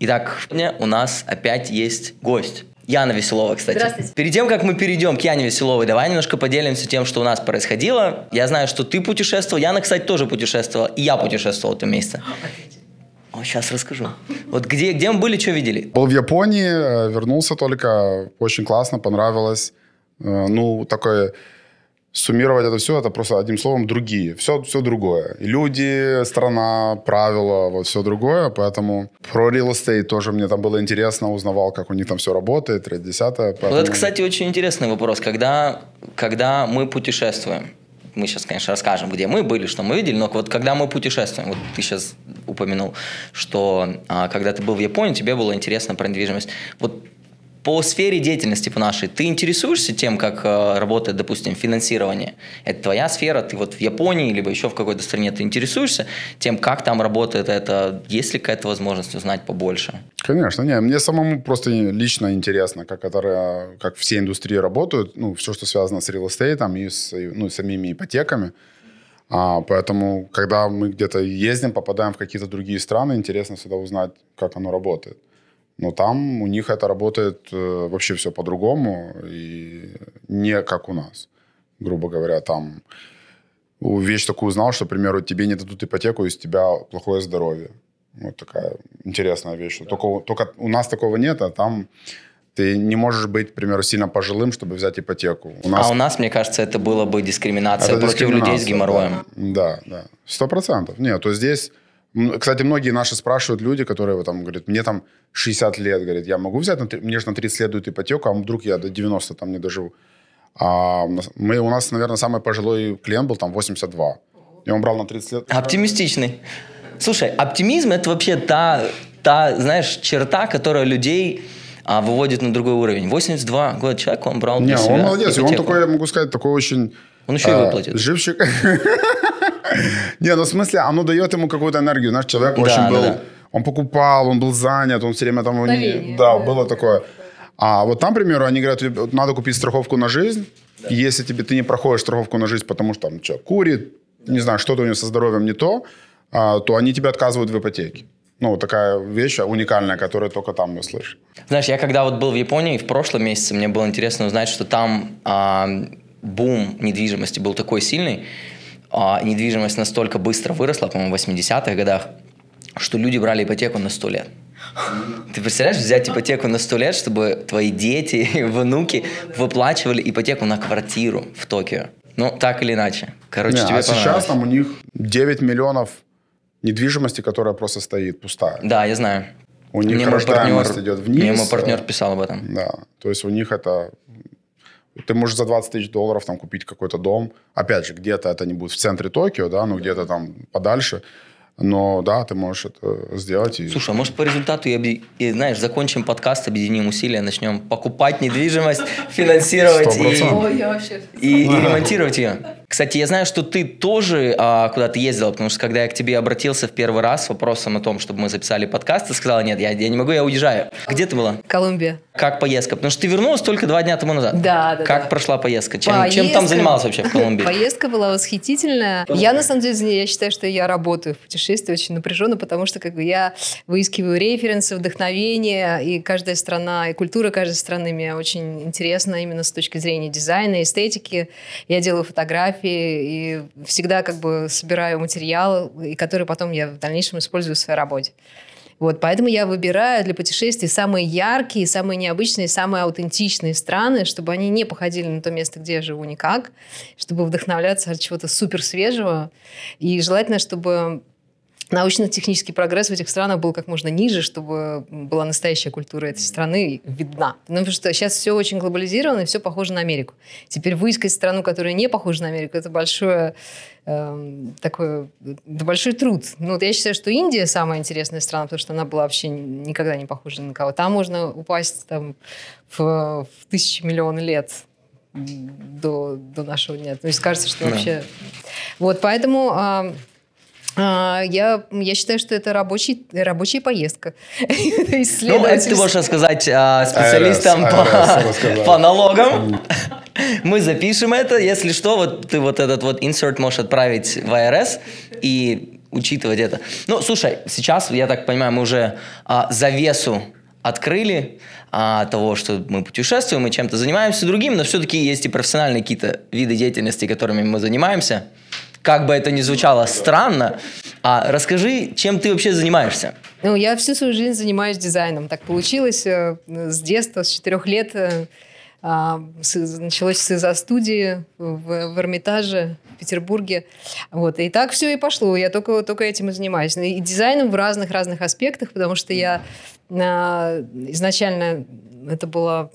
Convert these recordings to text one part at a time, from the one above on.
Итак, сегодня у нас опять есть гость. Яна Веселова, кстати. Здравствуйте. Перед тем, как мы перейдем к Яне Веселовой, давай немножко поделимся тем, что у нас происходило. Я знаю, что ты путешествовал, Яна, кстати, тоже путешествовала, и я путешествовал в этом месяце. Сейчас расскажу. Вот где мы были, что видели? Был в Японии, вернулся только, очень классно, понравилось. Такое... Суммировать это все, это просто одним словом другие. Все другое. И люди, страна, правила, вот все другое. Поэтому про real estate тоже мне там было интересно, узнавал, как у них там все работает, 30-е. Поэтому... Вот это, кстати, очень интересный вопрос. Когда мы путешествуем, мы сейчас, конечно, расскажем, где мы были, что мы видели, но вот когда мы путешествуем, вот ты сейчас упомянул, что когда ты был в Японии, тебе было интересно про недвижимость. Вот по сфере деятельности по нашей, ты интересуешься тем, как работает, допустим, финансирование? Это твоя сфера, ты вот в Японии, либо еще в какой-то стране, ты интересуешься тем, как там работает это? Есть ли какая-то возможность узнать побольше? Конечно, мне самому просто лично интересно, как все индустрии работают, все, что связано с real estate и с самими ипотеками. Поэтому, когда мы где-то ездим, попадаем в какие-то другие страны, интересно всегда узнать, как оно работает. Но там у них это работает вообще все по-другому и не как у нас. Грубо говоря, там вещь такую узнал, что, к примеру, тебе не дадут ипотеку, из тебя плохое здоровье. Вот такая интересная вещь. Да. Только у нас такого нет, а там ты не можешь быть, к примеру, сильно пожилым, чтобы взять ипотеку. У нас, мне кажется, это было бы дискриминация против людей с геморроем. Да. 100%. Нет, то здесь... Кстати, многие наши спрашивают люди, которые там говорят, мне там 60 лет, говорят, я могу взять, мне же на 30 лет дают ипотеку, а вдруг я до 90 там не доживу. У нас, наверное, самый пожилой клиент был там 82. И он брал на 30 лет. Оптимистичный. Слушай, оптимизм – это вообще та, знаешь, черта, которая людей выводит на другой уровень. 82 года человек, он брал для себя он молодец, ипотеку. И он такой, я могу сказать, такой очень... Он еще и выплатит. Живчик. Не, в смысле, оно дает ему какую-то энергию. Знаешь, человек очень был... Да. Он покупал, он был занят, он все время там... Было такое. А вот там, к примеру, они говорят, надо купить страховку на жизнь. Да. Если ты не проходишь страховку на жизнь, потому что там человек курит, не знаю, что-то у него со здоровьем не то, то они тебе отказывают в ипотеке. Вот такая вещь уникальная, которую только там мы слышим. Знаешь, я когда вот был в Японии в прошлом месяце, мне было интересно узнать, что там бум недвижимости был такой сильный, недвижимость настолько быстро выросла, по-моему, в 80-х годах, что люди брали ипотеку на 100 лет. Ты представляешь, взять ипотеку на 100 лет, чтобы твои дети и внуки выплачивали ипотеку на квартиру в Токио? Так или иначе. Короче, тебе понравилось. Сейчас там у них 9 миллионов недвижимости, которая просто стоит пустая. Да, я знаю. У них рождаемость идет вниз. Мне мой партнер писал об этом. Да, то есть у них это... Ты можешь за $20 тысяч там купить какой-то дом. Опять же, где-то это не будет в центре Токио, да, где-то там подальше. Но да, ты можешь это сделать. Слушай, а может по результату, знаешь, закончим подкаст, объединим усилия, начнем покупать недвижимость, финансировать и ремонтировать ее. Кстати, я знаю, что ты тоже куда-то ездила, потому что когда я к тебе обратился в первый раз с вопросом о том, чтобы мы записали подкаст, ты сказала, нет, я не могу, я уезжаю. Где ты была? Колумбия. Как поездка? Потому что ты вернулась только 2 дня тому назад. Да. Как прошла поездка? Чем там занималась вообще в Колумбии? Поездка была восхитительная. Я, на самом деле, я считаю, что я работаю в путешествии очень напряженно, потому что я выискиваю референсы, вдохновение, и каждая страна, и культура каждой страны мне очень интересна именно с точки зрения дизайна, эстетики. Я делаю фотографии и всегда собираю материалы, который потом я в дальнейшем использую в своей работе. Поэтому я выбираю для путешествий самые яркие, самые необычные, самые аутентичные страны, чтобы они не походили на то место, где я живу никак, чтобы вдохновляться от чего-то супер свежего. И желательно, чтобы научно-технический прогресс в этих странах был как можно ниже, чтобы была настоящая культура этой страны видна. Потому что сейчас все очень глобализировано, и все похоже на Америку. Теперь выискать страну, которая не похожа на Америку, это большой труд. Я считаю, что Индия самая интересная страна, потому что она была вообще никогда не похожа ни на кого. Там можно упасть в тысячи миллионов лет до нашего дня. То есть кажется, что вообще... Поэтому... Я считаю, что это рабочая поездка. Это ты можешь рассказать специалистам по налогам. Мы запишем это. Если что, ты этот insert можешь отправить в IRS, и учитывать это. Ну, слушай, сейчас, я так понимаю, мы уже завесу открыли того, что мы путешествуем, мы чем-то занимаемся другим, но все-таки есть и профессиональные какие-то виды деятельности, которыми мы занимаемся. Как бы это ни звучало странно, расскажи, чем ты вообще занимаешься? Ну, я всю свою жизнь занимаюсь дизайном. Так получилось с детства, с 4 лет. Началось с изо-студии в Эрмитаже в Петербурге. Вот. И так все и пошло. Я только этим и занимаюсь. И дизайном в разных аспектах, потому что я изначально это было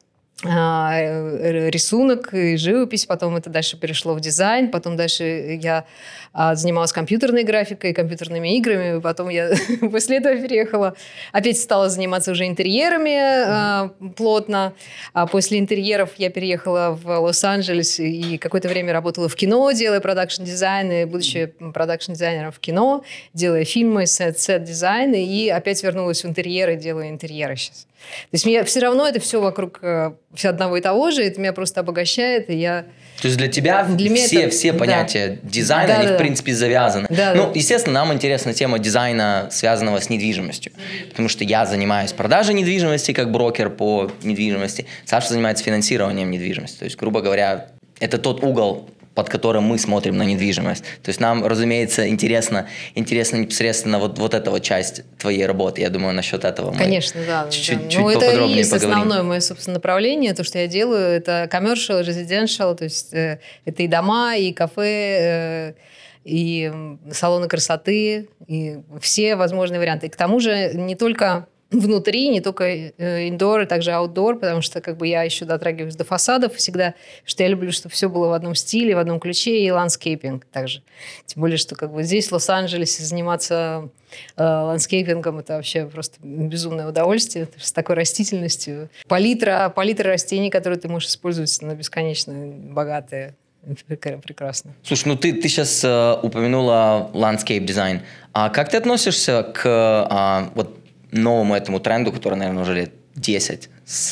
рисунок и живопись, потом это дальше перешло в дизайн, потом дальше я занималась компьютерной графикой, компьютерными играми, потом я после этого переехала, опять стала заниматься уже интерьерами плотно, а после интерьеров я переехала в Лос-Анджелес и какое-то время работала в кино, делая продакшн-дизайн, и будучи продакшн-дизайнером в кино, делая фильмы, сет-дизайн, и опять вернулась в интерьеры, делаю интерьеры сейчас. То есть мне все равно это все вокруг все одного и того же, это меня просто обогащает, и я... То есть для тебя все понятия дизайна, они в принципе завязаны. Естественно, нам интересна тема дизайна, связанного с недвижимостью, потому что я занимаюсь продажей недвижимости как брокер по недвижимости, Саша занимается финансированием недвижимости. То есть, грубо говоря, это тот угол, под которым мы смотрим на недвижимость. То есть нам, разумеется, интересна непосредственно вот эта вот часть твоей работы. Я думаю, насчет этого Конечно, мы чуть-чуть поподробнее поговорим. Это и есть основное мое, собственно, направление. То, что я делаю, это commercial, residential, то есть это и дома, и кафе, и салоны красоты, и все возможные варианты. И к тому же не только внутри, не только индор, и также аутдор, потому что как бы я еще дотрагиваюсь до фасадов всегда, что я люблю, чтобы все было в одном стиле, в одном ключе, и ландскейпинг также. Тем более, что как бы здесь, в Лос-Анджелесе, заниматься ландскейпингом – это вообще просто безумное удовольствие с такой растительностью. Палитра растений, которые ты можешь использовать, она бесконечно богатая. Прекрасно. Слушай, ну ты сейчас упомянула landscape дизайн. А как ты относишься к новому этому тренду, который, наверное, уже лет 10,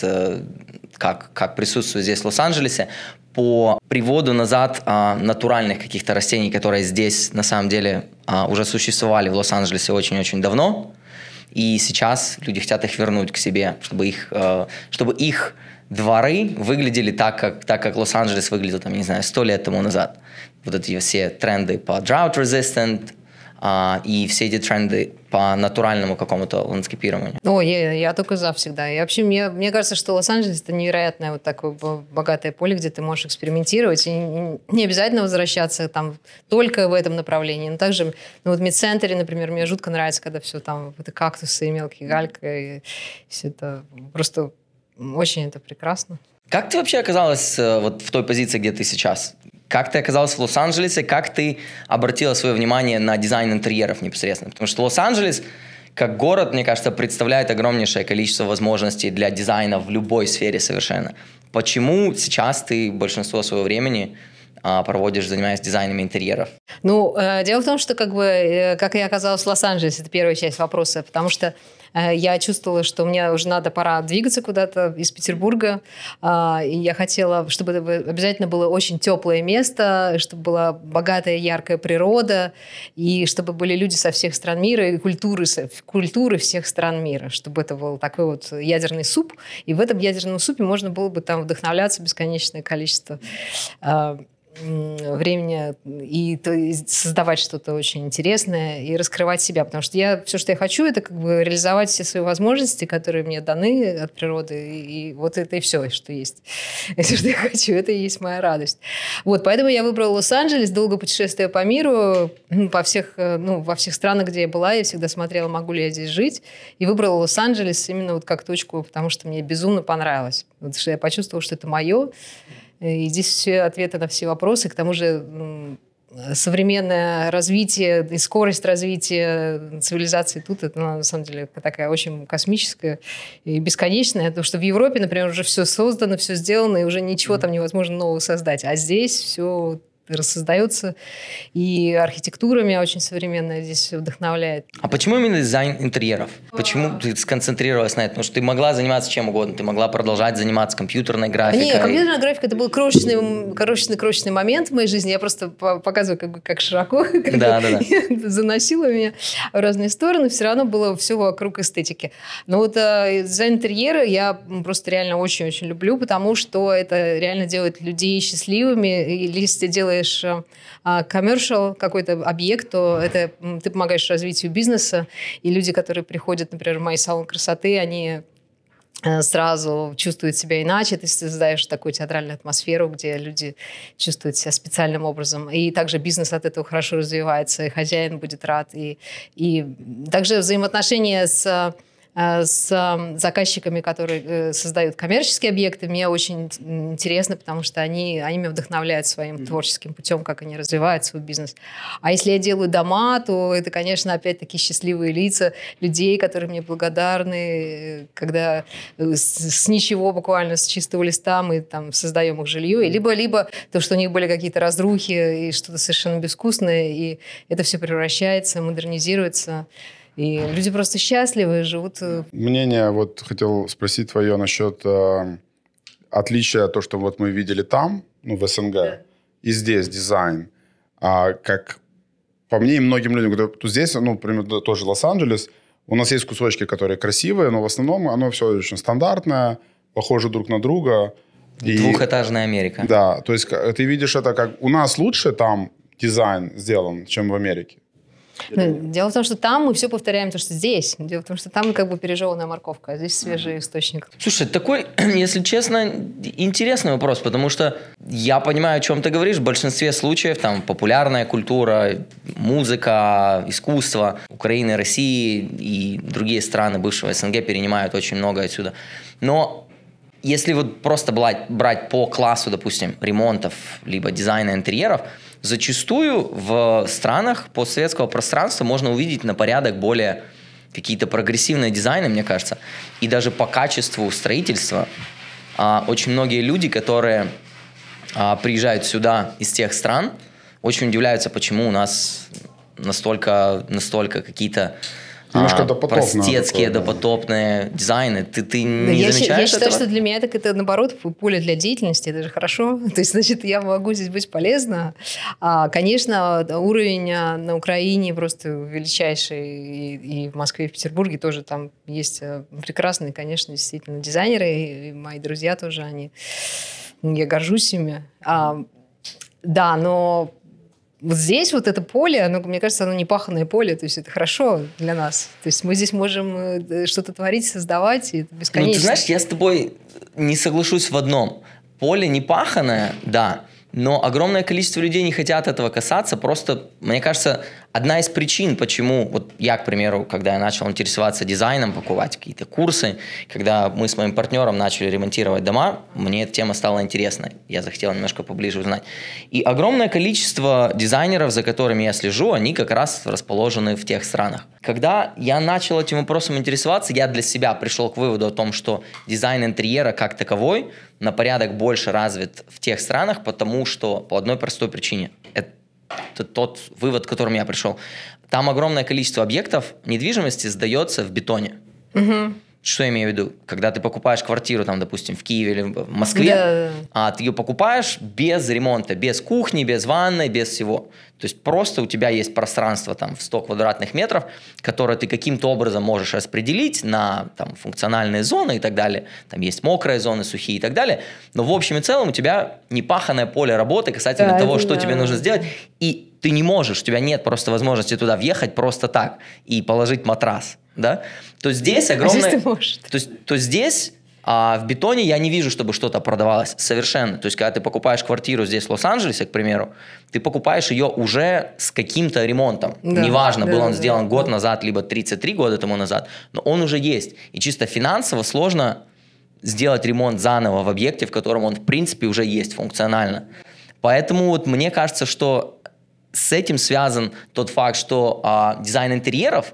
как присутствует здесь в Лос-Анджелесе, по приводу назад натуральных каких-то растений, которые здесь, на самом деле, уже существовали в Лос-Анджелесе очень-очень давно, и сейчас люди хотят их вернуть к себе, чтобы их дворы выглядели так, как Лос-Анджелес выглядел, там, не знаю, 100 лет тому назад. Вот эти все тренды по drought-resistant, и все эти тренды по натуральному какому-то ландскейпированию. Я только за всегда. И вообще, мне кажется, что Лос-Анджелес – это невероятное вот такое богатое поле, где ты можешь экспериментировать. И не обязательно возвращаться там только в этом направлении. Но также в Мид-центре, например, мне жутко нравится, когда все там это кактусы и мелкие галька. И все это просто очень это прекрасно. Как ты вообще оказалась вот в той позиции, где ты сейчас? Как ты оказалась в Лос-Анджелесе? Как ты обратила свое внимание на дизайн интерьеров непосредственно? Потому что Лос-Анджелес, как город, мне кажется, представляет огромнейшее количество возможностей для дизайна в любой сфере совершенно. Почему сейчас ты большинство своего времени проводишь, занимаясь дизайном интерьеров? Дело в том, что как я оказалась в Лос-Анджелесе, это первая часть вопроса, потому что я чувствовала, что мне уже пора двигаться куда-то из Петербурга. И я хотела, чтобы это обязательно было очень теплое место, чтобы была богатая, яркая природа, и чтобы были люди со всех стран мира, и культуры всех стран мира, чтобы это был такой вот ядерный суп. И в этом ядерном супе можно было бы там вдохновляться бесконечное количество времени и создавать что-то очень интересное и раскрывать себя. Потому что все, что я хочу, это как бы реализовать все свои возможности, которые мне даны от природы. И вот это и все, что есть. Это, что я хочу, это и есть моя радость. Вот, поэтому я выбрала Лос-Анджелес, долго путешествуя по миру, во всех странах, где я была, я всегда смотрела, могу ли я здесь жить. И выбрала Лос-Анджелес именно вот как точку, потому что мне безумно понравилось. Потому что я почувствовала, что это мое. И здесь все ответы на все вопросы. К тому же современное развитие и скорость развития цивилизации тут, это на самом деле такая очень космическая и бесконечная. Потому что в Европе, например, уже все создано, все сделано, и уже ничего там невозможно нового создать. А здесь все рассоздается. И архитектура меня очень современная здесь вдохновляет. А почему именно дизайн интерьеров? Почему ты сконцентрировалась на этом? Потому что ты могла заниматься чем угодно. Ты могла продолжать заниматься компьютерной графикой. Нет, компьютерная графика – это был крошечный момент в моей жизни. Я просто показываю, как широко заносила меня в разные стороны. Все равно было все вокруг эстетики. Но вот дизайн интерьера я просто реально очень-очень люблю, потому что это реально делает людей счастливыми. Или если ты делаешь commercial какой-то объект, то это ты помогаешь развитию бизнеса. И люди, которые приходят, например, в мои салоны красоты, они сразу чувствуют себя иначе, ты создаешь такую театральную атмосферу, где люди чувствуют себя специальным образом. И также бизнес от этого хорошо развивается, и хозяин будет рад. И также взаимоотношения с заказчиками, которые создают коммерческие объекты, мне очень интересно, потому что они меня вдохновляют своим творческим путем, как они развивают свой бизнес. А если я делаю дома, то это, конечно, опять-таки счастливые лица людей, которые мне благодарны, когда с ничего, буквально с чистого листа мы там создаем их жилье, либо то, что у них были какие-то разрухи и что-то совершенно безвкусное, и это все превращается, модернизируется. И люди просто счастливы, живут. Мнение, вот хотел спросить твое насчет отличия, то, что вот мы видели там, в СНГ, и здесь дизайн. Как по мне и многим людям, кто здесь, например, тоже Лос-Анджелес, у нас есть кусочки, которые красивые, но в основном оно все очень стандартное, похоже друг на друга. Двухэтажная Америка. Да, то есть ты видишь это как... У нас лучше там дизайн сделан, чем в Америке. Дело в том, что там мы все повторяем то, что здесь. Дело в том, что там как бы пережеванная морковка, а здесь свежий источник. Слушай, такой, если честно, интересный вопрос, потому что я понимаю, о чем ты говоришь. В большинстве случаев там популярная культура, музыка, искусство Украины, России и другие страны бывшего СНГ перенимают очень много отсюда. Но если вот просто брать по классу, допустим, ремонтов либо дизайна интерьеров, зачастую в странах постсоветского пространства можно увидеть на порядок более какие-то прогрессивные дизайны, мне кажется. И даже по качеству строительства очень многие люди, которые приезжают сюда из тех стран, очень удивляются, почему у нас настолько какие-то простецкие, допотопные дизайны. Ты не замечаешь этого? Я считаю, что для меня это наоборот поле для деятельности. Это же хорошо. То есть, значит, я могу здесь быть полезна. Конечно, уровень на Украине просто величайший. И в Москве, и в Петербурге тоже там есть прекрасные, конечно, действительно дизайнеры. И мои друзья тоже, я горжусь ими. Да, но... Вот здесь вот это поле, мне кажется, оно не паханное поле, то есть это хорошо для нас. То есть мы здесь можем что-то творить, создавать, и это бесконечно. Ты знаешь, я с тобой не соглашусь в одном. Поле не паханое, да, но огромное количество людей не хотят этого касаться. Просто, мне кажется, одна из причин, почему... Вот я, к примеру, когда я начал интересоваться дизайном, покупать какие-то курсы, когда мы с моим партнером начали ремонтировать дома, мне эта тема стала интересна. Я захотел немножко поближе узнать. И огромное количество дизайнеров, за которыми я слежу, они как раз расположены в тех странах. Когда я начал этим вопросом интересоваться, я для себя пришел к выводу о том, что дизайн интерьера как таковой на порядок больше развит в тех странах, потому что по одной простой причине. Это тот вывод, к которому я пришел. Там огромное количество объектов недвижимости сдается в бетоне. Угу. Что я имею в виду? Когда ты покупаешь квартиру, там, допустим, в Киеве или в Москве, ты ее покупаешь без ремонта, без кухни, без ванной, без всего. То есть просто у тебя есть пространство там, в 100 квадратных метров, которое ты каким-то образом можешь распределить на там, функциональные зоны и так далее. Там есть мокрые зоны, сухие и так далее. Но в общем и целом у тебя непаханное поле работы касательно того, что тебе нужно сделать. И ты не можешь, у тебя нет просто возможности туда въехать просто так и положить матрас. Да? То здесь огромное... То здесь в бетоне я не вижу, чтобы что-то продавалось совершенно. То есть, когда ты покупаешь квартиру здесь, в Лос-Анджелесе, к примеру, ты покупаешь ее уже с каким-то ремонтом. Да, неважно, был он сделан год назад, либо 33 года тому назад, но он уже есть. И чисто финансово сложно сделать ремонт заново в объекте, в котором он, в принципе, уже есть функционально. Поэтому вот мне кажется, что с этим связан тот факт, что дизайн интерьеров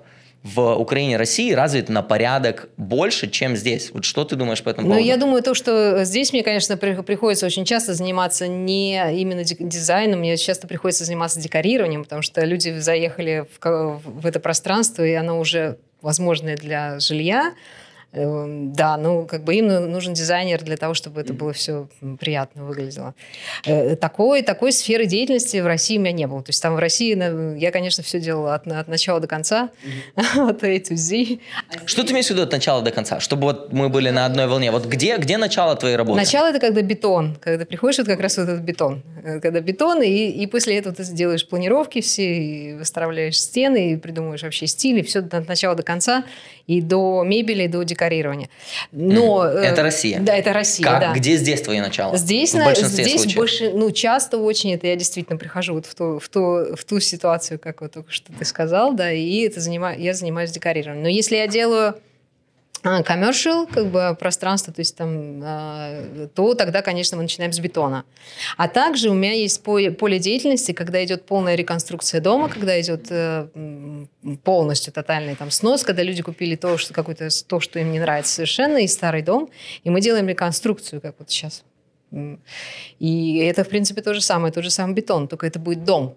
в Украине и России развит на порядок больше, чем здесь. Вот что ты думаешь по этому поводу? Ну, я думаю, то, что здесь мне, конечно, приходится очень часто заниматься не именно дизайном, мне часто приходится заниматься декорированием, потому что люди заехали в это пространство, и оно уже возможное для жилья. Да, ну, как бы им нужен дизайнер для того, чтобы это было все приятно выглядело. Такой сферы деятельности в России у меня не было. То есть там в России я, конечно, все делала от начала до конца, от A to Z. Что ты имеешь в виду от начала до конца? Чтобы вот мы были на одной волне. Вот где начало твоей работы? Начало – это когда бетон. Когда ты приходишь, вот как раз вот этот бетон. Когда бетон, и после этого ты делаешь планировки все, и выстраиваешь стены, и придумываешь вообще стиль, и все от начала до конца, и до мебели, и до декорирования. Но, это Россия. Да, это Россия, да. Где здесь твои начала? Здесь, в большинстве случаев. Больше, часто очень, это я действительно прихожу вот в ту ситуацию, как вот только что ты сказал, да, и я занимаюсь декорированием. Но если я делаю commercial, как бы пространство, то есть там, то тогда, конечно, мы начинаем с бетона. А также у меня есть поле деятельности, когда идет полная реконструкция дома, когда идет полностью тотальный там снос, когда люди купили то, что им не нравится совершенно, и старый дом, и мы делаем реконструкцию, как вот сейчас. И это, в принципе, тот же самый бетон, только это будет дом.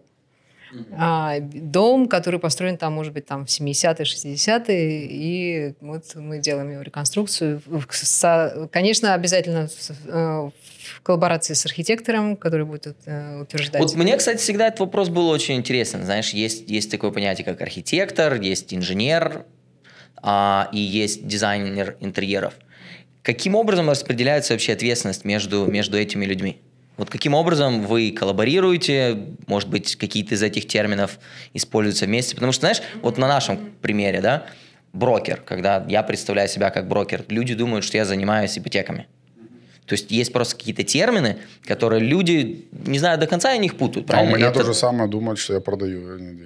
Дом, который построен там, может быть, там в 70-е, 60-е, и вот мы делаем его реконструкцию. Конечно, обязательно в коллаборации с архитектором, который будет утверждать. Вот мне, кстати, всегда этот вопрос был очень интересен. Знаешь, есть такое понятие, как архитектор, есть инженер и есть дизайнер интерьеров. Каким образом распределяется вообще ответственность между этими людьми? Вот каким образом вы коллаборируете, может быть, какие-то из этих терминов используются вместе? Потому что, знаешь, вот на нашем примере, да, брокер, когда я представляю себя как брокер, люди думают, что я занимаюсь ипотеками. То есть есть просто какие-то термины, которые люди, не знаю, до конца они их путают. Правильно? А у меня то же самое думают, что я продаю.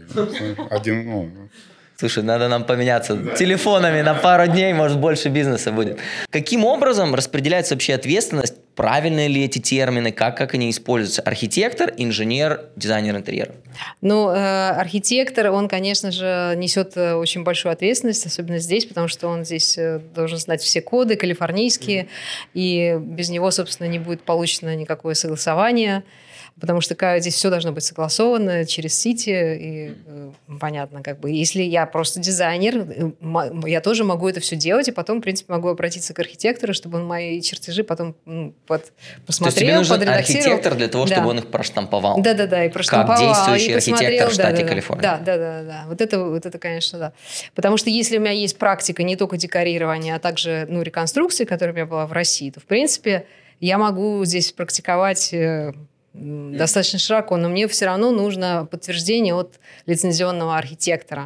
Слушай, надо нам поменяться телефонами на пару дней, может, больше бизнеса будет. Каким образом распределяется вообще ответственность? Правильные ли эти термины? Как они используются? Архитектор, инженер, дизайнер интерьера? Ну, архитектор, он, конечно же, несет очень большую ответственность, особенно здесь, потому что он здесь должен знать все коды калифорнийские, и без него, собственно, не будет получено никакое согласование. Потому что здесь все должно быть согласовано через Сити, и понятно, как бы, если я просто дизайнер, я тоже могу это все делать, и потом, в принципе, могу обратиться к архитектору, чтобы он мои чертежи потом посмотрел, то есть тебе нужен архитектор для того, чтобы он их проштамповал? Да, и проштамповал. Как действующий архитектор в штате Калифорния. Да. Вот это, конечно, да. Потому что если у меня есть практика не только декорирования, а также реконструкции, которая у меня была в России, то, в принципе, я могу здесь практиковать достаточно широко, но мне все равно нужно подтверждение от лицензионного архитектора.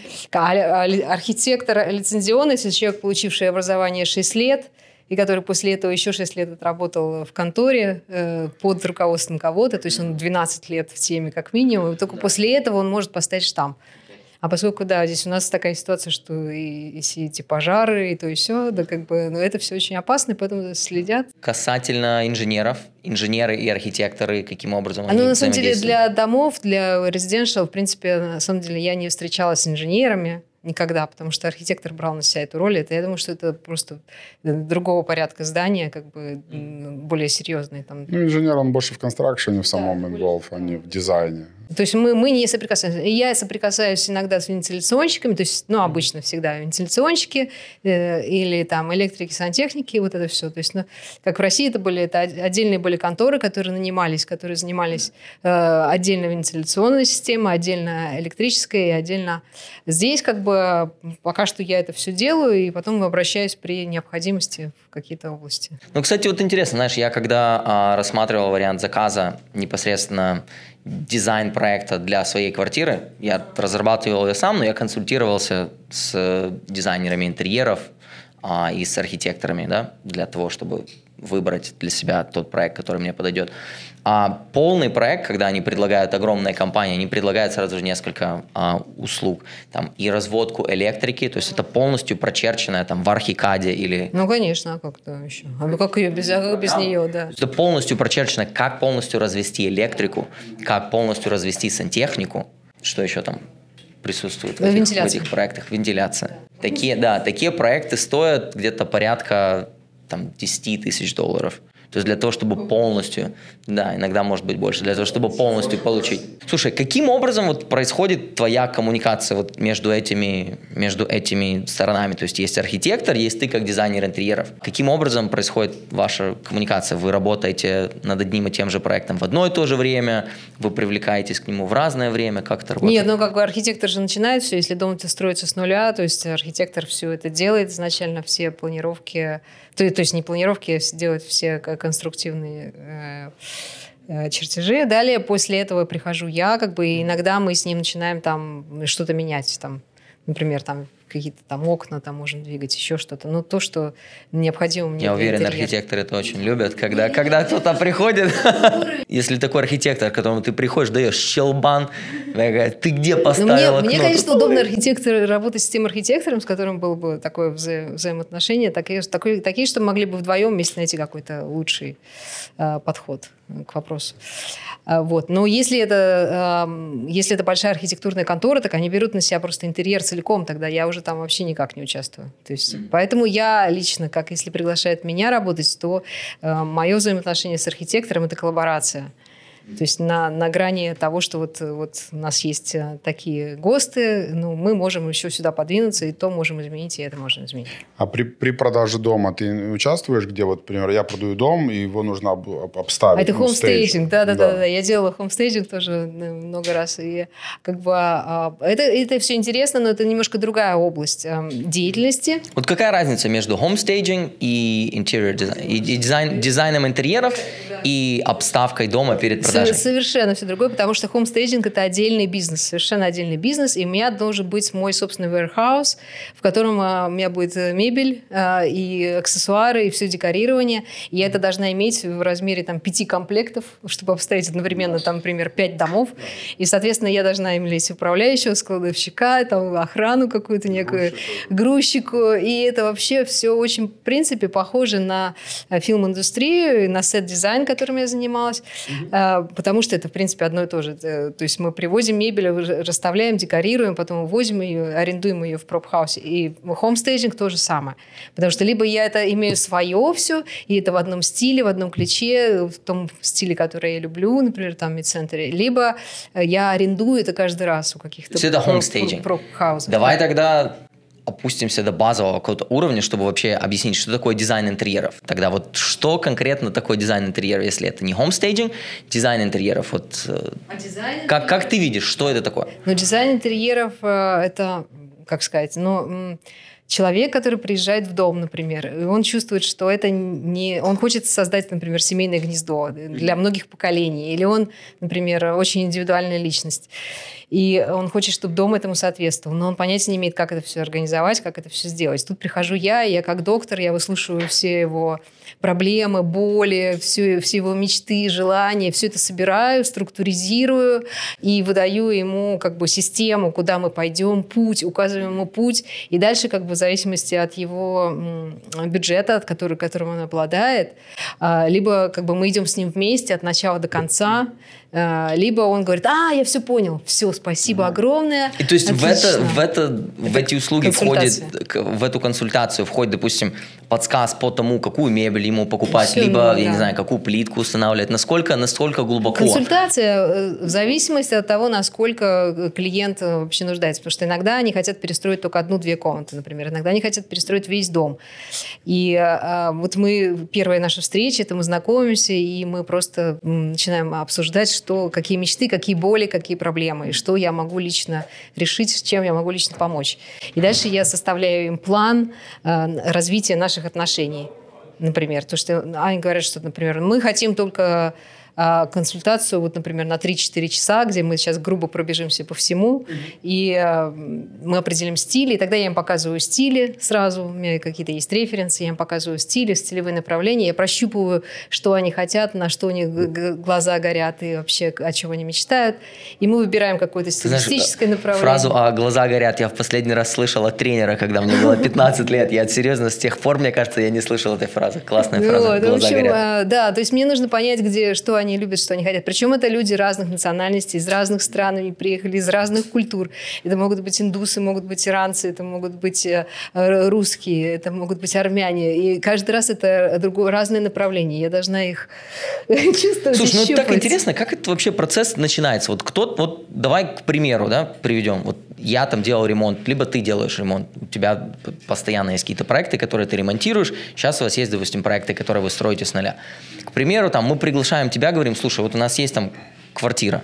Архитектор лицензионный, если человек, получивший образование 6 лет, и который после этого еще 6 лет отработал в конторе под руководством кого-то, то есть он 12 лет в теме как минимум, и только после этого он может поставить штамп. А поскольку, да, здесь у нас такая ситуация, что и все эти пожары, и то, и все, да, как бы, это все очень опасно, и поэтому следят. Касательно инженеров, инженеры и архитекторы, каким образом они на самом деле, взаимодействуют? для домов, для residential, в принципе, на самом деле, я не встречалась с инженерами никогда, потому что архитектор брал на себя эту роль. Я думаю, что это просто другого порядка здания, как бы более серьезные. Там. Инженер, он больше в констракшене в самом involve, а не в дизайне. То есть мы не соприкасаемся. Я соприкасаюсь иногда с вентиляционщиками, то есть, обычно всегда вентиляционщики или там электрики, сантехники, вот это все. То есть, как в России это отдельные были конторы, которые занимались отдельно вентиляционной системой, отдельно электрической, и отдельно здесь как бы пока что я это все делаю, и потом обращаюсь при необходимости в какие-то области. Кстати, вот интересно, знаешь, я когда рассматривал вариант заказа непосредственно дизайн проекта для своей квартиры, я разрабатывал ее сам, но я консультировался с дизайнерами интерьеров и с архитекторами, да, для того, чтобы выбрать для себя тот проект, который мне подойдет. А полный проект, когда они предлагают, огромные компании, они предлагают сразу же несколько услуг. Там, и разводку электрики, то есть это полностью прочерченное там, в архикаде или... Конечно, а как-то еще? Как ее без нее, да. Это полностью прочерчено, как полностью развести электрику, как полностью развести сантехнику. Что еще там? присутствует в этих проектах. Вентиляция. Такие проекты стоят где-то порядка там, $10 тысяч. То есть для того, чтобы полностью, иногда может быть больше, для того, чтобы полностью получить. Слушай, каким образом вот происходит твоя коммуникация вот между этими сторонами? То есть есть архитектор, есть ты как дизайнер интерьеров. Каким образом происходит ваша коммуникация? Вы работаете над одним и тем же проектом в одно и то же время? Вы привлекаетесь к нему в разное время? Как это работает? Нет, как бы архитектор же начинает все, если дом строится с нуля, то есть архитектор все это делает изначально, все планировки, то есть не планировки, а делает все конструктивные чертежи. Далее после этого прихожу я, как бы, и иногда мы с ним начинаем там что-то менять, там, например, там какие-то там окна там можем двигать, еще что-то. То, что необходимо мне. Я уверен, архитекторы это очень любят, когда кто-то приходит. Если такой архитектор, к которому ты приходишь, даешь щелбан, ты где поставил окно? Мне, конечно, удобно работать с тем архитектором, с которым было бы такое взаимоотношение, такие, что могли бы вдвоем вместе найти какой-то лучший подход к вопросу. Но если это большая архитектурная контора, так они берут на себя просто интерьер целиком, тогда я уже там вообще никак не участвую. То есть, поэтому я лично, если приглашают меня работать, то мое взаимоотношение с архитектором – это коллаборация. То есть на грани того, что вот у нас есть такие ГОСТы, мы можем еще сюда подвинуться, и то можем изменить, и это можно изменить. А при продаже дома ты участвуешь, где, например, я продаю дом, и его нужно обставить? Это хомстейджинг, да. Я делала хомстейджинг тоже много раз. И это все интересно, но это немножко другая область деятельности. Вот какая разница между хомстейджинг и дизайном интерьеров и обставкой дома перед продажей? Совершенно все другое, потому что хомстейджинг – это отдельный бизнес, совершенно отдельный бизнес, и у меня должен быть мой собственный warehouse, в котором у меня будет мебель и аксессуары, и все декорирование, и я это должна иметь в размере 5 комплектов, чтобы обставить одновременно, например, 5 домов, и, соответственно, я должна иметь управляющего, складовщика, охрану какую-то некую, грузчику, и это вообще все очень, в принципе, похоже на фильм-индустрию, на сет-дизайн, которым я занималась, потому что это, в принципе, одно и то же. То есть мы привозим мебель, расставляем, декорируем, потом увозим ее, арендуем ее в проп-хаусе. И хомстейджинг то же самое. Потому что либо я это имею свое все, и это в одном стиле, в одном ключе, в том стиле, который я люблю, например, там в мид-центре, либо я арендую это каждый раз у каких-то проп-хаусов. Давай тогда опустимся до базового какого-то уровня, чтобы вообще объяснить, что такое дизайн интерьеров. Тогда вот что конкретно такое дизайн интерьеров, если это не хомстейджинг, дизайн интерьеров. Как ты видишь, что это такое? Дизайн интерьеров это, как сказать, человек, который приезжает в дом, например, и он чувствует, что это не... Он хочет создать, например, семейное гнездо для многих поколений. Или он, например, очень индивидуальная личность. И он хочет, чтобы дом этому соответствовал. Но он понятия не имеет, как это все организовать, как это все сделать. Тут прихожу я как доктор, я выслушиваю все его проблемы, боли, все его мечты, желания. Все это собираю, структуризирую и выдаю ему систему, куда мы пойдем, путь, указываем ему путь. И дальше в зависимости от его бюджета, которым он обладает, либо мы идем с ним вместе от начала до конца, либо он говорит: я все понял, все, спасибо огромное. И то есть в эти услуги входит, в эту консультацию входит, допустим, подсказ по тому, какую мебель ему покупать, все, либо, я не знаю, какую плитку устанавливать, насколько глубоко. Консультация в зависимости от того, насколько клиент вообще нуждается, потому что иногда они хотят перестроить только 1-2 комнаты, например, иногда они хотят перестроить весь дом. И первая наша встреча, это мы знакомимся, и мы просто начинаем обсуждать, какие мечты, какие боли, какие проблемы, и что я могу лично решить, с чем я могу лично помочь. И дальше я составляю им план развития наших отношений. Например, то, что они говорят, что, например, мы хотим только консультацию, например, на 3-4 часа, где мы сейчас грубо пробежимся по всему, и мы определим стили, и тогда я им показываю стили сразу, у меня какие-то есть референсы, я им показываю стили, стилевые направления, я прощупываю, что они хотят, на что у них глаза горят и вообще о чем они мечтают, и мы выбираем какое-то стилистическое направление. Фразу «глаза горят» я в последний раз слышал от тренера, когда мне было 15 лет. Я серьезно, с тех пор, мне кажется, я не слышал этой фразы. Классная фраза «глаза горят». Да, то есть мне нужно понять, что они они любят, что они хотят. Причем это люди разных национальностей, из разных стран, они приехали из разных культур. Это могут быть индусы, могут быть иранцы, это могут быть русские, это могут быть армяне. И каждый раз это разные направления. Я должна их чувствовать. Слушай, ну это так интересно, как это вообще процесс начинается? Вот давай к примеру, да, приведем. Вот я там делал ремонт, либо ты делаешь ремонт. У тебя постоянно есть какие-то проекты, которые ты ремонтируешь. Сейчас у вас есть, допустим, проекты, которые вы строите с нуля. К примеру, там мы приглашаем тебя, говорим, слушай, вот у нас есть там квартира,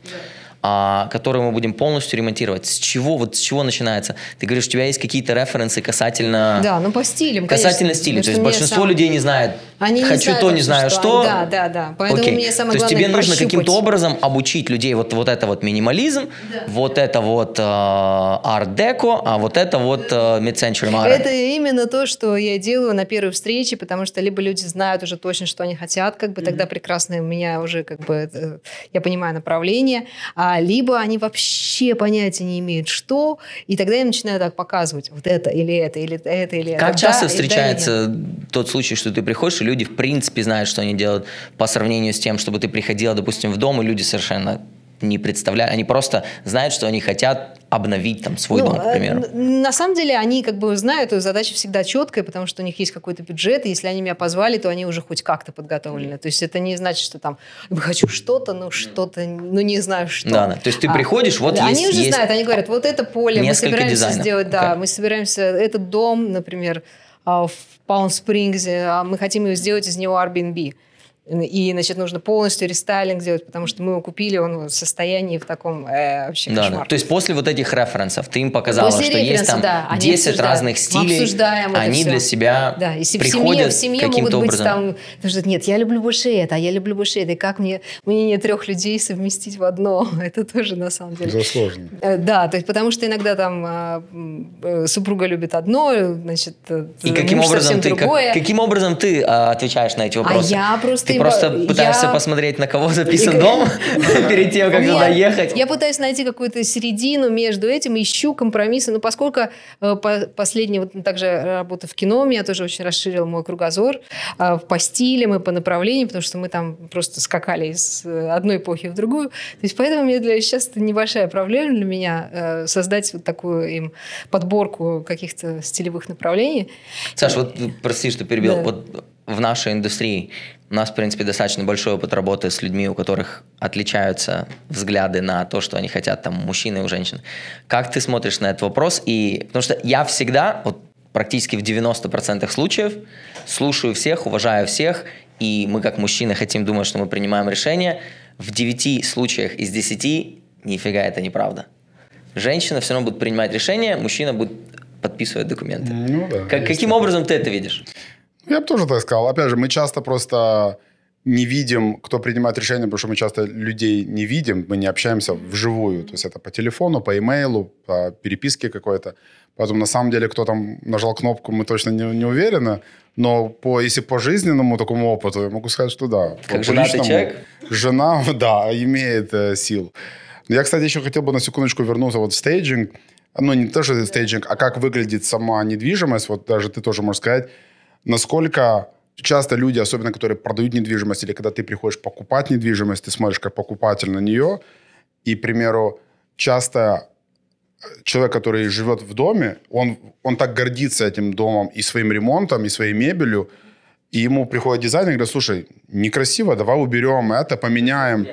которую мы будем полностью ремонтировать. С чего начинается? Ты говоришь, у тебя есть какие-то референсы касательно... Да, ну по стилям, касательно стиля. То есть большинство людей не знает, хочу то, не знаю что. Да. Поэтому мне самое главное То есть тебе нужно прощупать. каким-то образом обучить людей вот это вот минимализм, вот это вот арт-деко, а вот это вот mid-century modern. Это именно то, что я делаю на первой встрече, потому что либо люди знают уже точно, что они хотят, как бы тогда прекрасно у меня уже как бы я понимаю направление, либо они вообще понятия не имеют, что, и тогда я начинаю так показывать вот это или это, или это, или это. Как часто встречается тот случай, что ты приходишь, и люди в принципе знают, что они делают, по сравнению с тем, чтобы ты приходила, допустим, в дом, и люди совершенно не представляют, они просто знают, что они хотят обновить там свой дом, к примеру. На самом деле они как бы знают, что задача всегда четкая, потому что у них есть какой-то бюджет, и если они меня позвали, то они уже хоть как-то подготовлены. То есть это не значит, что там хочу что-то, не знаю что. Да. То есть ты приходишь, вот есть... Они уже знают, они говорят, вот это поле, мы собираемся дизайнов. Сделать, мы собираемся, этот дом, например, в Палм-Спрингсе, мы хотим сделать из него Airbnb. И, значит, нужно полностью рестайлинг сделать, потому что мы его купили, он в состоянии в таком вообще кошмар. То есть после вот этих референсов ты им показала, что есть там 10 разных стилей, они для себя приходят в семье каким-то могут быть образом. Нет, я люблю больше это, а я люблю больше это. И как мне мнение 3 людей совместить в одно? Это тоже на самом деле. Это сложно. Да, то есть потому что иногда там супруга любит одно, значит, и муж совсем другое. Каким образом ты отвечаешь на эти вопросы? А я Ты просто пытаешься посмотреть, на кого записан дом перед тем, как туда ехать? Я пытаюсь найти какую-то середину между этим, ищу компромиссы. Но поскольку последняя вот также работа в кино меня тоже очень расширила мой кругозор по стилям и по направлениям, потому что мы там просто скакали из одной эпохи в другую. То есть поэтому сейчас это небольшая проблема для меня создать вот такую им подборку каких-то стилевых направлений. Саш, вот прости, что перебил. Да. Вот в нашей индустрии у нас, в принципе, достаточно большой опыт работы с людьми, у которых отличаются взгляды на то, что они хотят, там, мужчины и женщин. Как ты смотришь на этот вопрос? Потому что я всегда, вот практически в 90% случаев, слушаю всех, уважаю всех, и мы, как мужчины, хотим думать, что мы принимаем решения. В 9 случаях из 10 нифига это неправда. Женщина все равно будет принимать решения, мужчина будет подписывать документы. Ну, да, каким образом ты это видишь? Я бы тоже так сказал. Опять же, мы часто просто не видим, кто принимает решения, потому что мы часто людей не видим, мы не общаемся вживую. То есть это по телефону, по имейлу, по переписке какой-то. Поэтому на самом деле, кто там нажал кнопку, мы точно не уверены. Но если по жизненному такому опыту, я могу сказать, что да. Как женатый человек? Жена, да, имеет сил. Я, кстати, еще хотел бы на секундочку вернуться вот в стейджинг. Ну, не то, что стейджинг, а как выглядит сама недвижимость. Вот даже ты тоже можешь сказать, насколько часто люди, особенно которые продают недвижимость, или когда ты приходишь покупать недвижимость, ты смотришь как покупатель на нее, и, к примеру, часто человек, который живет в доме, он так гордится этим домом и своим ремонтом, и своей мебелью, и ему приходит дизайнер и говорит, слушай, некрасиво, давай уберем это, поменяем.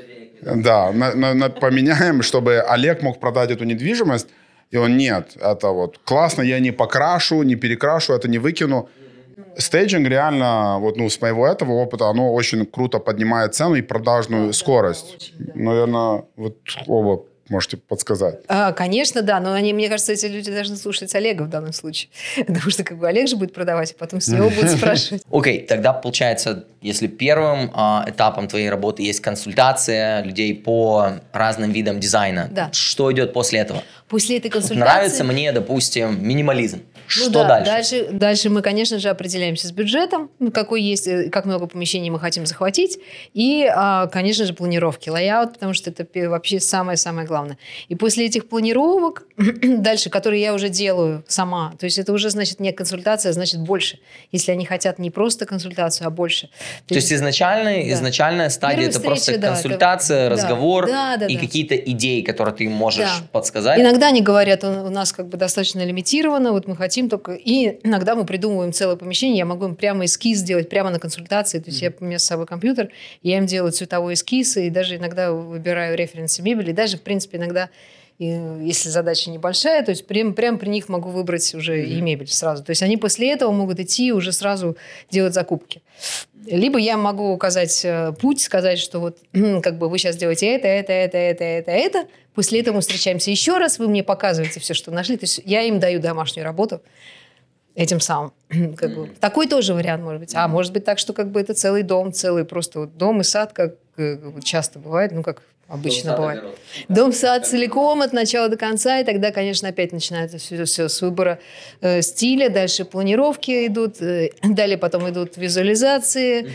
Да, поменяем, чтобы Олег мог продать эту недвижимость, и он, нет, это вот классно, я не покрашу, не перекрашу, это не выкину. Стейджинг реально, вот, с моего этого опыта, оно очень круто поднимает цену и продажную скорость. Наверное, вот оба можете подсказать. Конечно, да, но мне кажется, эти люди должны слушать Олега в данном случае. Потому что Олег же будет продавать, а потом с него будут спрашивать. Окей, тогда получается, если первым этапом твоей работы есть консультация людей по разным видам дизайна, что идет после этого? После этой консультации... Нравится мне, допустим, минимализм. Что дальше? Дальше мы, конечно же, определяемся с бюджетом, какой есть, как много помещений мы хотим захватить, и, конечно же, планировки, лейаут, потому что это вообще самое-самое главное. главное. И после этих планировок, дальше, которые я уже делаю сама, то есть это уже, значит, не консультация, а значит больше. Если они хотят не просто консультацию, а больше. То есть изначальная стадия это просто консультация, разговор и какие-то идеи, которые ты можешь подсказать. Иногда они говорят, у нас как бы достаточно лимитировано, вот мы хотим только... И иногда мы придумываем целое помещение, я могу им прямо эскиз сделать, прямо на консультации. То есть у меня с собой компьютер, я им делаю цветовой эскиз, и даже иногда выбираю референсы мебели. Даже, в принципе, иногда, если задача небольшая, то есть прямо при них могу выбрать уже и мебель сразу. То есть они после этого могут идти уже сразу делать закупки. Либо я могу указать путь, сказать, что вот как бы вы сейчас делаете это. После этого мы встречаемся еще раз, вы мне показываете все, что нашли. То есть я им даю домашнюю работу этим самым. Как бы. Такой тоже вариант может быть. А может быть так, что как бы это целый дом, целый просто вот дом и сад, как часто бывает, ну как обычно бывает. Дом-сад целиком от начала до конца, и тогда, конечно, опять начинается все с выбора стиля, дальше планировки идут, далее потом идут визуализации,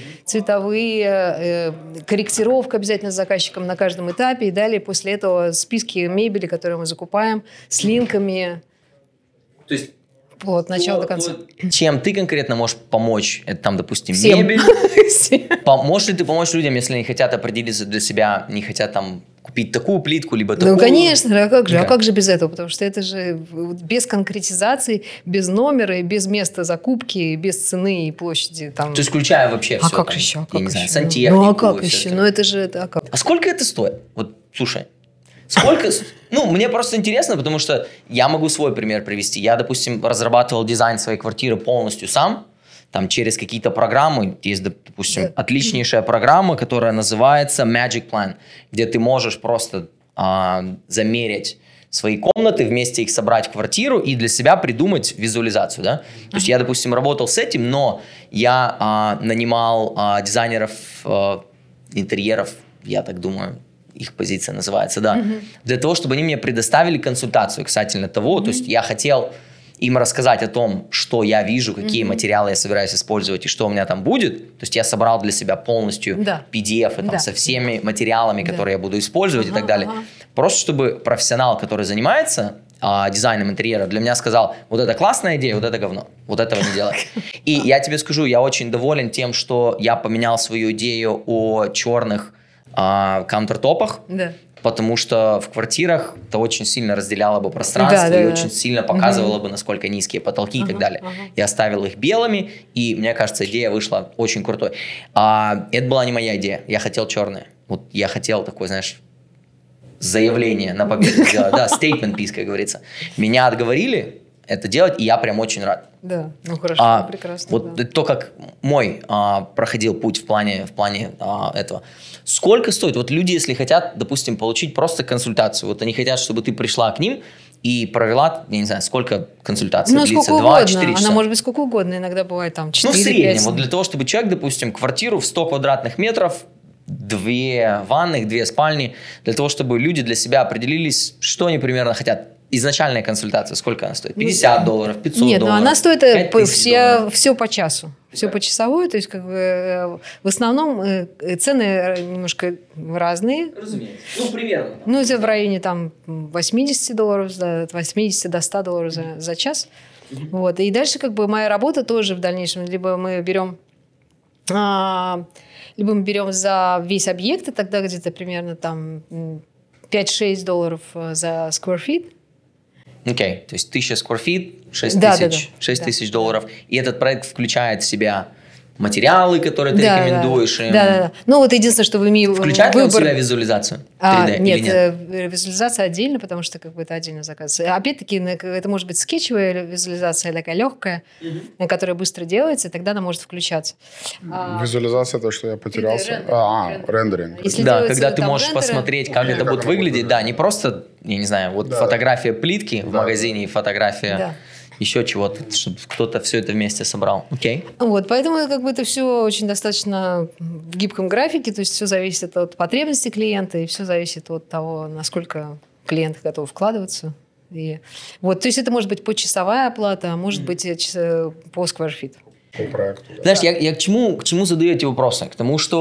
цветовые, корректировка обязательно с заказчиком на каждом этапе, и далее после этого списки мебели, которые мы закупаем, с линками. То есть от начала до конца. Чем ты конкретно можешь помочь? Это там, допустим, всем. Мебель. Можешь ли ты помочь людям, если они хотят определиться для себя, не хотят там купить такую плитку, либо такую? Ну, конечно, а как же без этого? Потому что это же без конкретизации, без номера, и без места закупки, без цены и площади. Там... То есть включая вообще все. А как еще? Я не знаю, сантехнику. Ну, а как еще? Ну, это же... А сколько это стоит? Вот, слушай, сколько... Ну, мне просто интересно, потому что я могу свой пример привести. Я, допустим, разрабатывал дизайн своей квартиры полностью сам, там через какие-то программы. Есть, допустим, отличнейшая программа, которая называется Magic Plan, где ты можешь просто замерить свои комнаты, вместе их собрать в квартиру и для себя придумать визуализацию, да? То есть я, допустим, работал с этим, но я нанимал дизайнеров интерьеров, я так думаю, их позиция называется, да, для того, чтобы они мне предоставили консультацию касательно того, то есть я хотел им рассказать о том, что я вижу, какие материалы я собираюсь использовать и что у меня там будет. То есть я собрал для себя полностью PDF там, со всеми материалами, которые я буду использовать и так далее. Просто чтобы профессионал, который занимается дизайном интерьера, для меня сказал, вот это классная идея, вот это говно, вот этого не делай. И я тебе скажу, я очень доволен тем, что я поменял свою идею о черных каунтертопах, потому что в квартирах это очень сильно разделяло бы пространство и очень сильно показывало бы, насколько низкие потолки и так далее. Я оставил их белыми, и мне кажется, идея вышла очень крутой. Это была не моя идея, я хотел черные. Вот я хотел такой, знаешь, заявление на победу сделать, да, statement piece, как говорится. Меня отговорили это делать, и я прям очень рад. Да, ну хорошо, прекрасно. Вот то, как мой проходил путь в плане этого. Сколько стоит? Вот люди, если хотят, допустим, получить просто консультацию, вот они хотят, чтобы ты пришла к ним и провела, я не знаю, сколько консультаций длится? 2-4 часа? Она может быть сколько угодно, иногда бывает там 4-5. Ну, в среднем, вот для того, чтобы человек, допустим, квартиру в 100 квадратных метров, 2 ванных, 2 спальни, для того, чтобы люди для себя определились, что они примерно хотят. Изначальная консультация, сколько она стоит? $50, $500? Нет, но она стоит все по часу. Все почасовое, то есть как бы в основном цены немножко разные. Разумеется. Ну, примерно. Ну, это в районе там $80, от 80 до $100 за час. Вот. И дальше как бы моя работа тоже в дальнейшем, либо мы берем за весь объект, и тогда где-то примерно там $5-6 за square feet. Окей, то есть 1000 square feet, 6 тысяч долларов. И этот проект включает в себя материалы, которые ты рекомендуешь им. Да. Ну, вот единственное, что вы имеете включает ли он в себя визуализацию 3D нет, или нет? Визуализация отдельно, потому что как бы это отдельно заказ. Опять-таки, это может быть скетчевая визуализация, такая легкая, которая быстро делается, и тогда она может включаться. Визуализация, то, что я потерялся. Рендеринг. Да, когда ты можешь посмотреть, как это будет выглядеть. Да, не просто, я не знаю, вот фотография плитки в магазине и фотография... еще чего-то, чтобы кто-то все это вместе собрал. Окей. Вот, поэтому как бы это все очень достаточно в гибком графике, то есть все зависит от потребностей клиента и все зависит от того, насколько клиент готов вкладываться. И, вот, то есть это может быть почасовая оплата, а может быть по square feet. По проекту. Знаешь, я к чему задаю эти вопросы? К тому, что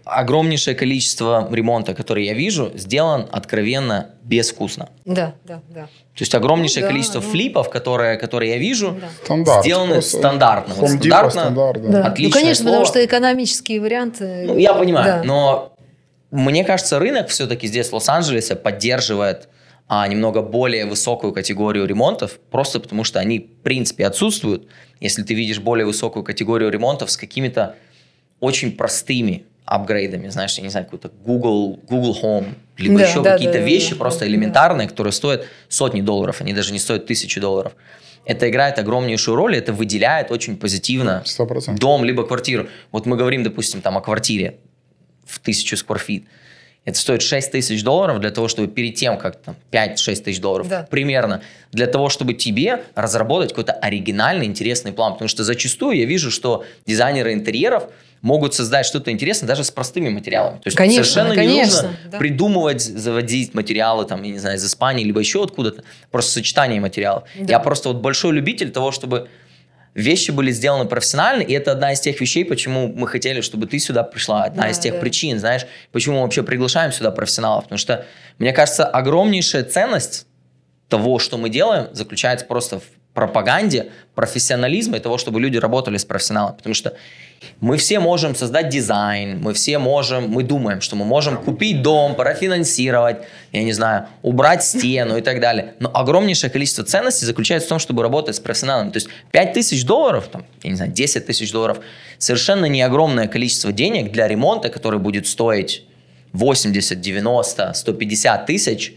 огромнейшее количество ремонта, который я вижу, сделан откровенно безвкусно. Да. То есть огромнейшее количество флипов, которые я вижу, сделаны просто стандартно. Home Depot стандарт, да. Отличное конечно, слово. потому что экономические варианты... Ну, я понимаю, но мне кажется, рынок все-таки здесь, в Лос-Анджелесе, поддерживает немного более высокую категорию ремонтов, просто потому что они, в принципе, отсутствуют. Если ты видишь более высокую категорию ремонтов с какими-то очень простыми апгрейдами, знаешь, я не знаю, какой-то Google Home, либо еще какие-то вещи просто элементарные, которые стоят сотни долларов, они даже не стоят $1000. Это играет огромнейшую роль, и это выделяет очень позитивно 100%. дом либо квартиру. Вот мы говорим, допустим, там о квартире в 1000 square feet. Это стоит $6000 для того, чтобы перед тем, как там 5-6 тысяч долларов, примерно, для того, чтобы тебе разработать какой-то оригинальный, интересный план. Потому что зачастую я вижу, что дизайнеры интерьеров могут создать что-то интересное даже с простыми материалами. То есть совершенно не нужно придумывать, заводить материалы, там, я не знаю, из Испании, либо еще откуда-то. Просто сочетание материалов. Я просто вот большой любитель того, чтобы вещи были сделаны профессионально, и это одна из тех вещей, почему мы хотели, чтобы ты сюда пришла. Одна из тех причин, знаешь, почему мы вообще приглашаем сюда профессионалов. Потому что, мне кажется, огромнейшая ценность того, что мы делаем, заключается просто в пропаганде, профессионализме и того, чтобы люди работали с профессионалом. Потому что мы все можем создать дизайн, мы думаем, что мы можем купить дом, профинансировать, я не знаю, убрать стену и так далее. Но огромнейшее количество ценностей заключается в том, чтобы работать с профессионалами. То есть $5000, там, я не знаю, $10 000, совершенно не огромное количество денег для ремонта, который будет стоить 80, 90, 150 тысяч,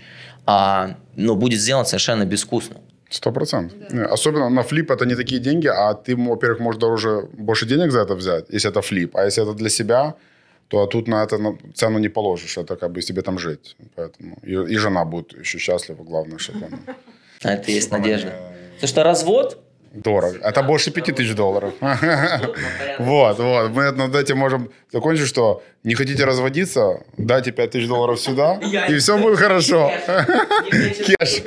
но будет сделан совершенно безвкусно. 100%. Да. Особенно на флип это не такие деньги, а ты, во-первых, можешь больше денег за это взять, если это флип. А если это для себя, то тут на это цену не положишь. Это как бы себе там жить. Поэтому и жена будет еще счастлива, главное, чтобы она... А это есть надежда. Потому что развод... Дорого. Это больше $5000. Вот. Мы над этим можем закончить, что не хотите разводиться, дайте $5000 сюда, и все будет хорошо. Кеш.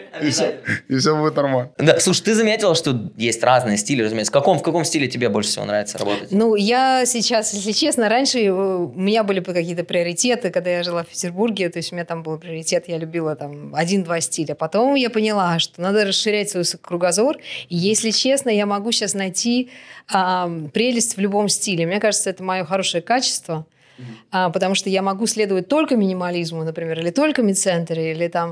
И все будет нормально. Да, слушай, ты заметила, что есть разные стили, разумеется. В каком стиле тебе больше всего нравится работать? Ну, я сейчас, если честно, раньше у меня были какие-то приоритеты, когда я жила в Петербурге, то есть у меня там был приоритет, я любила там 1-2 стиля. Потом я поняла, что надо расширять свой кругозор, и если честно, я могу сейчас найти прелесть в любом стиле. Мне кажется, это мое хорошее качество, потому что я могу следовать только минимализму, например, или только мид-центре, или там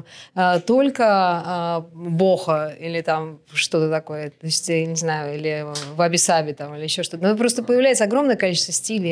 только бохо, или там что-то такое, то есть, я не знаю, или ваби-саби там, или еще что-то. Но просто появляется огромное количество стилей,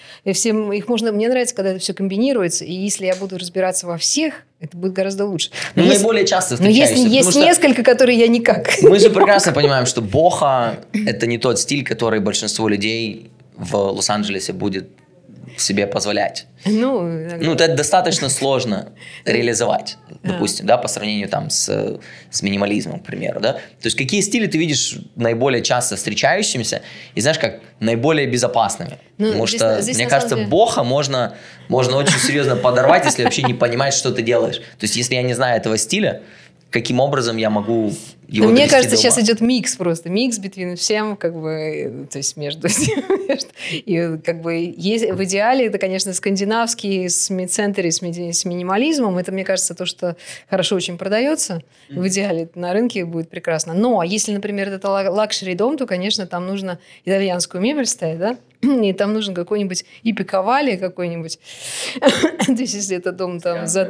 мне нравится, когда это все комбинируется, и если я буду разбираться во всех, это будет гораздо лучше. Но наиболее часто встречаешься. Но есть несколько, которые я никак. Мы же прекрасно понимаем, что бохо – это не тот стиль, который большинство людей в Лос-Анджелесе будет себе позволять. Это достаточно сложно реализовать, допустим, да, по сравнению там с минимализмом, к примеру, да. То есть какие стили ты видишь наиболее часто встречающимися и, знаешь, как наиболее безопасными? Потому что, мне кажется, бохо можно очень серьезно подорвать, если вообще не понимать, что ты делаешь. То есть если я не знаю этого стиля, каким образом я могу его Мне кажется, сейчас идет микс просто. Микс between всем, как бы, то есть между всем. И как бы есть, в идеале это, конечно, скандинавский с мид-центре, с минимализмом. Это, мне кажется, то, что хорошо очень продается. В идеале на рынке будет прекрасно. Но если, например, это лакшери-дом, то, конечно, там нужно итальянскую мебель ставить, да? И там нужен какой-нибудь и пиковали какой-нибудь. То есть если это дом там за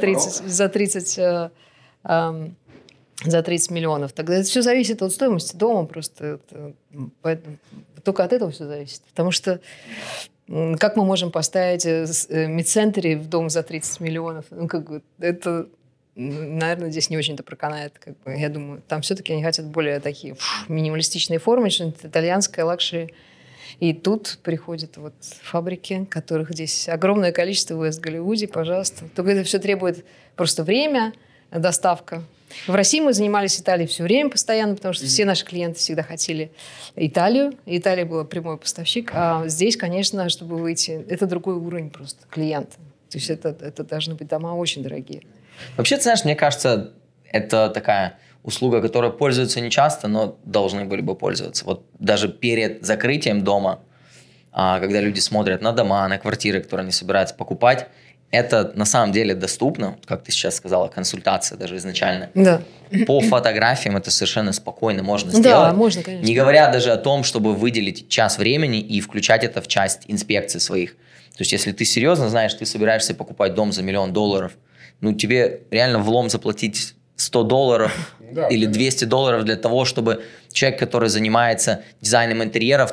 30 миллионов. Тогда это все зависит от стоимости дома просто. Только от этого все зависит. Потому что как мы можем поставить мид-центре в дом за 30 миллионов? Это, наверное, здесь не очень-то проканает. Я думаю, там все-таки они хотят более такие минималистичные формы, что-нибудь итальянское, лакшери. И тут приходят вот фабрики, которых здесь огромное количество в Вест-Голливуде, пожалуйста. Только это все требует просто время, доставка. В России мы занимались Италией все время постоянно, потому что все наши клиенты всегда хотели Италию. Италия была прямой поставщик. А здесь, конечно, чтобы выйти, это другой уровень просто клиента. То есть это должны быть дома очень дорогие. Вообще, ты знаешь, мне кажется, это такая услуга, которой пользуются не часто, но должны были бы пользоваться. Вот даже перед закрытием дома когда люди смотрят на дома, на квартиры, которые они собираются покупать, это на самом деле доступно, как ты сейчас сказала, консультация даже изначально. Да. По фотографиям это совершенно спокойно можно сделать. Да, можно, конечно. Не говоря даже о том, чтобы выделить час времени и включать это в часть инспекций своих. То есть, если ты серьезно знаешь, ты собираешься покупать дом за $1 миллион, ну, тебе реально влом заплатить $100 или $200 для того, чтобы человек, который занимается дизайном интерьеров,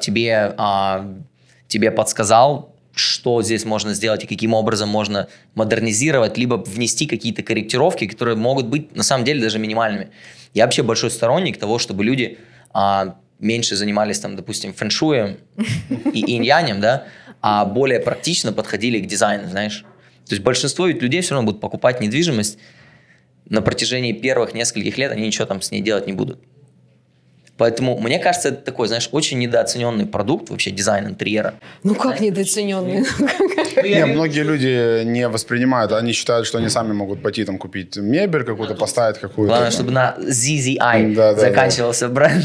тебе подсказал, что здесь можно сделать и каким образом можно модернизировать, либо внести какие-то корректировки, которые могут быть на самом деле даже минимальными. Я вообще большой сторонник того, чтобы люди меньше занимались, там, допустим, фэншуем и инь-янем, да, а более практично подходили к дизайну, знаешь. То есть большинство ведь людей все равно будут покупать недвижимость на протяжении первых нескольких лет, они ничего там с ней делать не будут. Поэтому, мне кажется, это такой, знаешь, очень недооцененный продукт, вообще дизайн интерьера. Ну как недооцененный? Не, многие люди не воспринимают, они считают, что они сами могут пойти там купить мебель какую-то, поставить какую-то. Главное, чтобы на ZZI заканчивался бренд,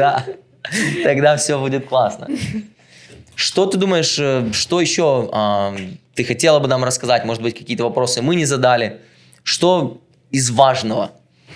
тогда все будет классно. Что ты думаешь, что еще ты хотела бы нам рассказать? Может быть, какие-то вопросы мы не задали? Что из важного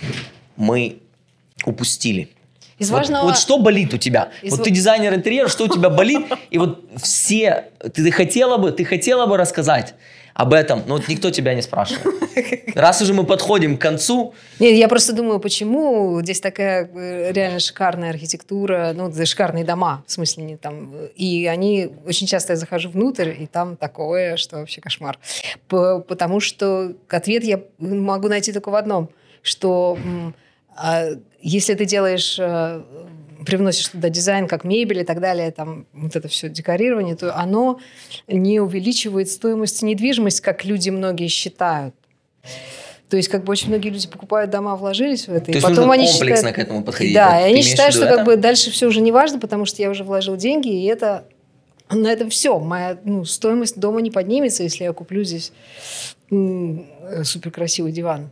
мы упустили? Из важного... Вот что болит у тебя? Вот ты дизайнер интерьера, что у тебя болит? И вот ты хотела бы рассказать об этом, но вот никто тебя не спрашивает. Раз уже мы подходим к концу... Нет, я просто думаю, почему здесь такая реально шикарная архитектура, ну, шикарные дома, в смысле, не там... И они... Очень часто я захожу внутрь, и там такое, что вообще кошмар. Потому что ответ я могу найти только в одном, что... Если ты привносишь туда дизайн, как мебель и так далее, там вот это все декорирование, то оно не увеличивает стоимость недвижимости, как люди многие считают. То есть, как бы очень многие люди покупают дома, вложились в это. То есть нужно комплексно к этому подходить. Да, и они считают, что как бы дальше все уже не важно, потому что я уже вложил деньги, и это на этом все. Моя стоимость дома не поднимется, если я куплю здесь суперкрасивый диван.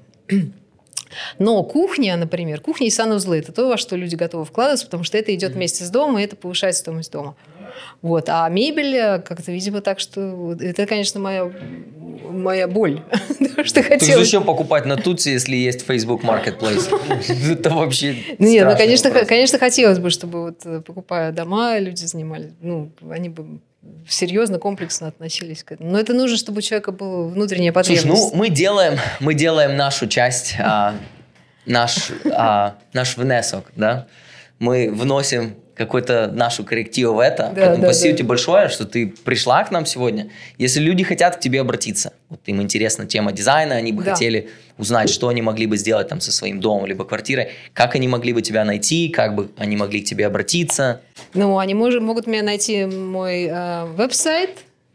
Но кухня, например, кухня и санузлы – это то, во что люди готовы вкладываться, потому что это идет вместе с домом, и это повышает стоимость дома. Вот. А мебель как-то, видимо, так, что это, конечно, моя боль. Ты зачем покупать на Тутси, если есть Facebook Marketplace? Это вообще нет, ну, конечно, хотелось бы, чтобы вот, покупая дома, люди занимались, они бы серьезно, комплексно относились к этому. Но это нужно, чтобы у человека была внутренняя потребность. Слушай, мы делаем нашу часть, наш внесок, да? Мы вносим какую-то нашу коррективу в это. Поэтому спасибо тебе большое, что ты пришла к нам сегодня. Если люди хотят к тебе обратиться, вот им интересна тема дизайна, они бы хотели узнать, что они могли бы сделать там со своим домом либо квартирой, как они могли бы тебя найти, как бы они могли к тебе обратиться. Ну, они могут меня найти мой веб-сайт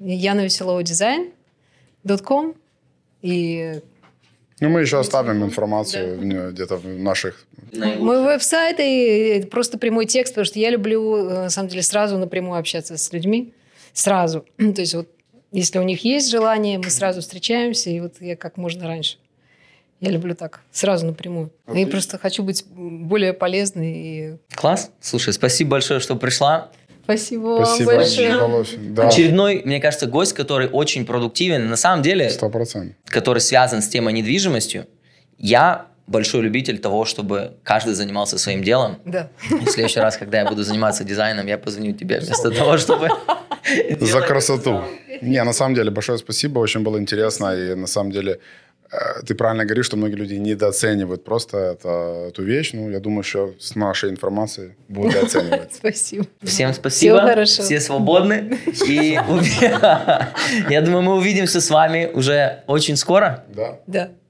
yanavеселовdesign.com и... Ну, мы еще оставим информацию где-то в наших... Мой веб-сайт и просто прямой текст, потому что я люблю, на самом деле, сразу напрямую общаться с людьми. Сразу. То есть вот если у них есть желание, мы сразу встречаемся, и вот я как можно раньше. Я люблю так, сразу напрямую. И просто хочу быть более полезной. Класс. Слушай, спасибо большое, что пришла. Спасибо вам большое. Да. Очередной, мне кажется, гость, который очень продуктивен. На самом деле, 100%. Который связан с темой недвижимостью. Я большой любитель того, чтобы каждый занимался своим делом. Да. В следующий раз, когда я буду заниматься дизайном, я позвоню тебе вместо того, чтобы... За красоту. Не, на самом деле, большое спасибо. Очень было интересно. И на самом деле... Ты правильно говоришь, что многие люди недооценивают просто эту вещь. Ну, я думаю, что с нашей информацией будут оценивать. Спасибо. Всем спасибо. Всего хорошо. Все свободны. И я думаю, мы увидимся с вами уже очень скоро. Да. Да.